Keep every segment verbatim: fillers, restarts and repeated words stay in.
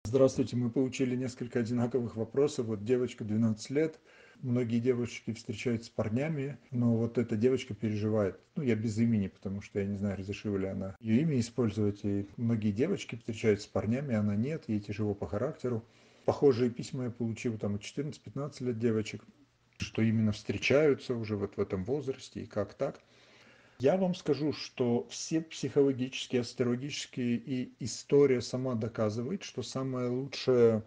Здравствуйте, мы получили несколько одинаковых вопросов. Вот девочка двенадцать лет, многие девочки встречаются с парнями, но вот эта девочка переживает. Ну, я без имени, потому что я не знаю, разрешила ли она ее имя использовать. И многие девочки встречаются с парнями, она нет, ей тяжело по характеру. Похожие письма я получил там от четырнадцати-пятнадцати лет девочек, что именно встречаются уже вот в этом возрасте и как так. Я вам скажу, что все психологические, астрологические и история сама доказывает, что самое лучшее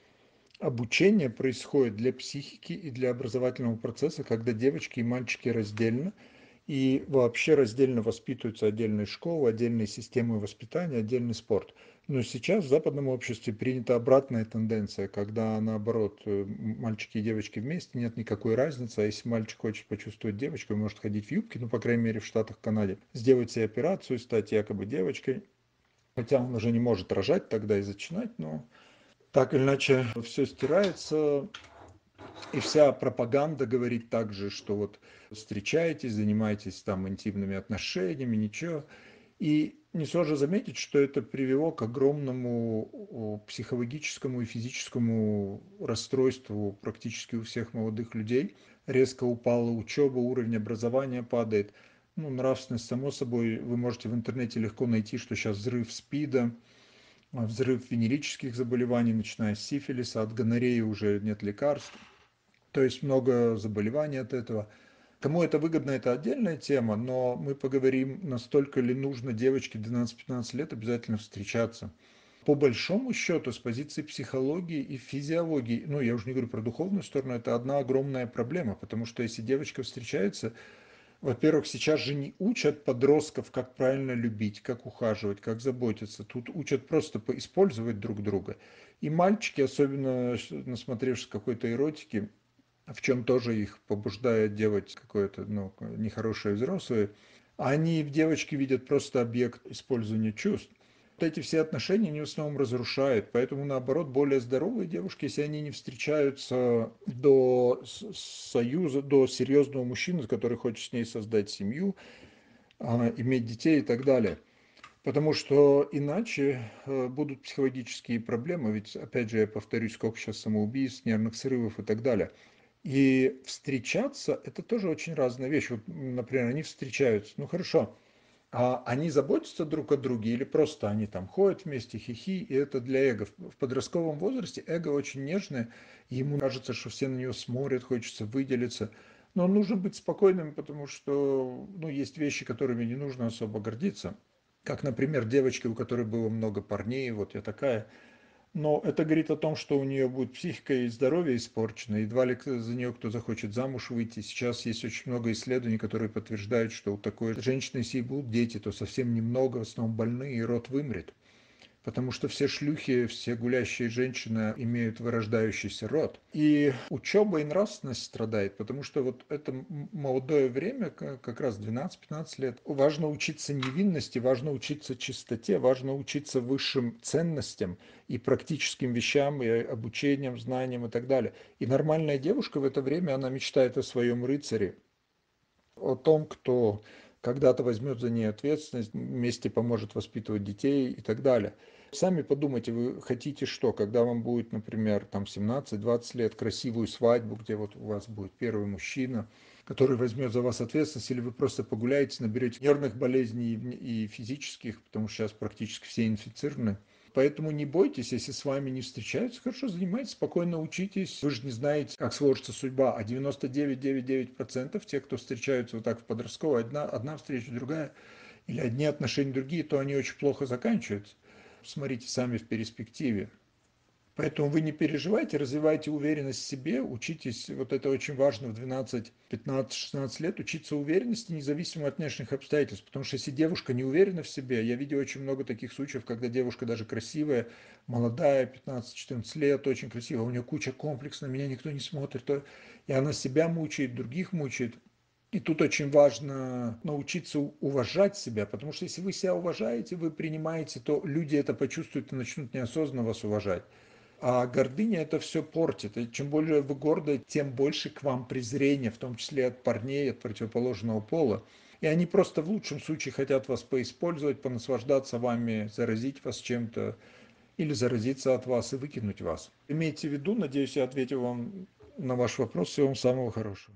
обучение происходит для психики и для образовательного процесса, когда девочки и мальчики раздельно и вообще раздельно воспитываются, отдельные школы, отдельные системы воспитания, отдельный спорт. Но сейчас в западном обществе принята обратная тенденция, когда наоборот мальчики и девочки вместе, нет никакой разницы, а если мальчик хочет почувствовать девочку, он может ходить в юбке, ну, по крайней мере, в Штатах, Канаде, сделать себе операцию, стать якобы девочкой, хотя он уже не может рожать тогда и зачинать, но так или иначе все стирается. И вся пропаганда говорит также, что вот встречаетесь, занимаетесь там интимными отношениями, ничего. И несложно заметить, что это привело к огромному психологическому и физическому расстройству практически у всех молодых людей. Резко упала учеба, уровень образования падает. Ну, нравственность, само собой, вы можете в интернете легко найти, что сейчас взрыв СПИДа, взрыв венерических заболеваний, начиная с сифилиса, от гонореи уже нет лекарств. То есть много заболеваний от этого. Кому это выгодно, это отдельная тема, но мы поговорим, настолько ли нужно девочке двенадцать-пятнадцать лет обязательно встречаться. По большому счету, с позиции психологии и физиологии, ну, я уже не говорю про духовную сторону, это одна огромная проблема, потому что если девочка встречается, во-первых, сейчас же не учат подростков, как правильно любить, как ухаживать, как заботиться. Тут учат просто использовать друг друга. И мальчики, особенно насмотревшись какой-то эротики, в чем тоже их побуждает делать какое-то ну, нехорошее взрослые, они в девочке видят просто объект использования чувств. Вот эти все отношения они в основном разрушают, поэтому наоборот более здоровые девушки, если они не встречаются до союза, до серьезного мужчины, который хочет с ней создать семью, иметь детей и так далее. Потому что иначе будут психологические проблемы, ведь опять же я повторюсь, сколько сейчас самоубийств, нервных срывов и так далее. И встречаться – это тоже очень разная вещь. Вот, например, они встречаются, ну хорошо, а они заботятся друг о друге или просто они там ходят вместе, хихи, и это для эго. В подростковом возрасте эго очень нежное, ему кажется, что все на него смотрят, хочется выделиться. Но нужно быть спокойным, потому что ну, есть вещи, которыми не нужно особо гордиться. Как, например, девочки, у которой было много парней, вот я такая. Но это говорит о том, что у нее будет психика и здоровье испорчено, едва ли за нее кто захочет замуж выйти. Сейчас есть очень много исследований, которые подтверждают, что у такой женщины, если будут дети, то совсем немного, в основном больные, и род вымрет. Потому что все шлюхи, все гулящие женщины имеют вырождающийся род. И учеба и нравственность страдает, потому что вот это молодое время, как раз двенадцать-пятнадцать лет, важно учиться невинности, важно учиться чистоте, важно учиться высшим ценностям и практическим вещам, и обучением, знаниям и так далее. И нормальная девушка в это время, она мечтает о своем рыцаре, о том, кто когда-то возьмет за ней ответственность, вместе поможет воспитывать детей и так далее. Сами подумайте, вы хотите что, когда вам будет, например, там семнадцать-двадцать лет, красивую свадьбу, где вот у вас будет первый мужчина, который возьмет за вас ответственность, или вы просто погуляете, наберете нервных болезней и физических, потому что сейчас практически все инфицированы. Поэтому не бойтесь, если с вами не встречаются, хорошо занимайтесь, спокойно учитесь. Вы же не знаете, как сложится судьба, а девяносто девять целых девяносто девять процентов тех, кто встречаются вот так в подростковой, одна, одна встреча, другая, или одни отношения, другие, то они очень плохо заканчиваются. Смотрите сами в перспективе. Поэтому вы не переживайте, развивайте уверенность в себе, учитесь, вот это очень важно в двенадцать, пятнадцать, шестнадцать лет, учиться уверенности независимо от внешних обстоятельств. Потому что если девушка не уверена в себе, я видел очень много таких случаев, когда девушка даже красивая, молодая, пятнадцать-четырнадцать лет, очень красивая, у нее куча комплексов, на меня никто не смотрит, то... и она себя мучает, других мучает. И тут очень важно научиться уважать себя, потому что если вы себя уважаете, вы принимаете, то люди это почувствуют и начнут неосознанно вас уважать. А гордыня это все портит. И чем более вы горды, тем больше к вам презрения, в том числе от парней, от противоположного пола. И они просто в лучшем случае хотят вас поиспользовать, понаслаждаться вами, заразить вас чем-то. или заразиться от вас и выкинуть вас. Имейте в виду, надеюсь, я ответил вам на ваш вопрос. Всего вам самого хорошего.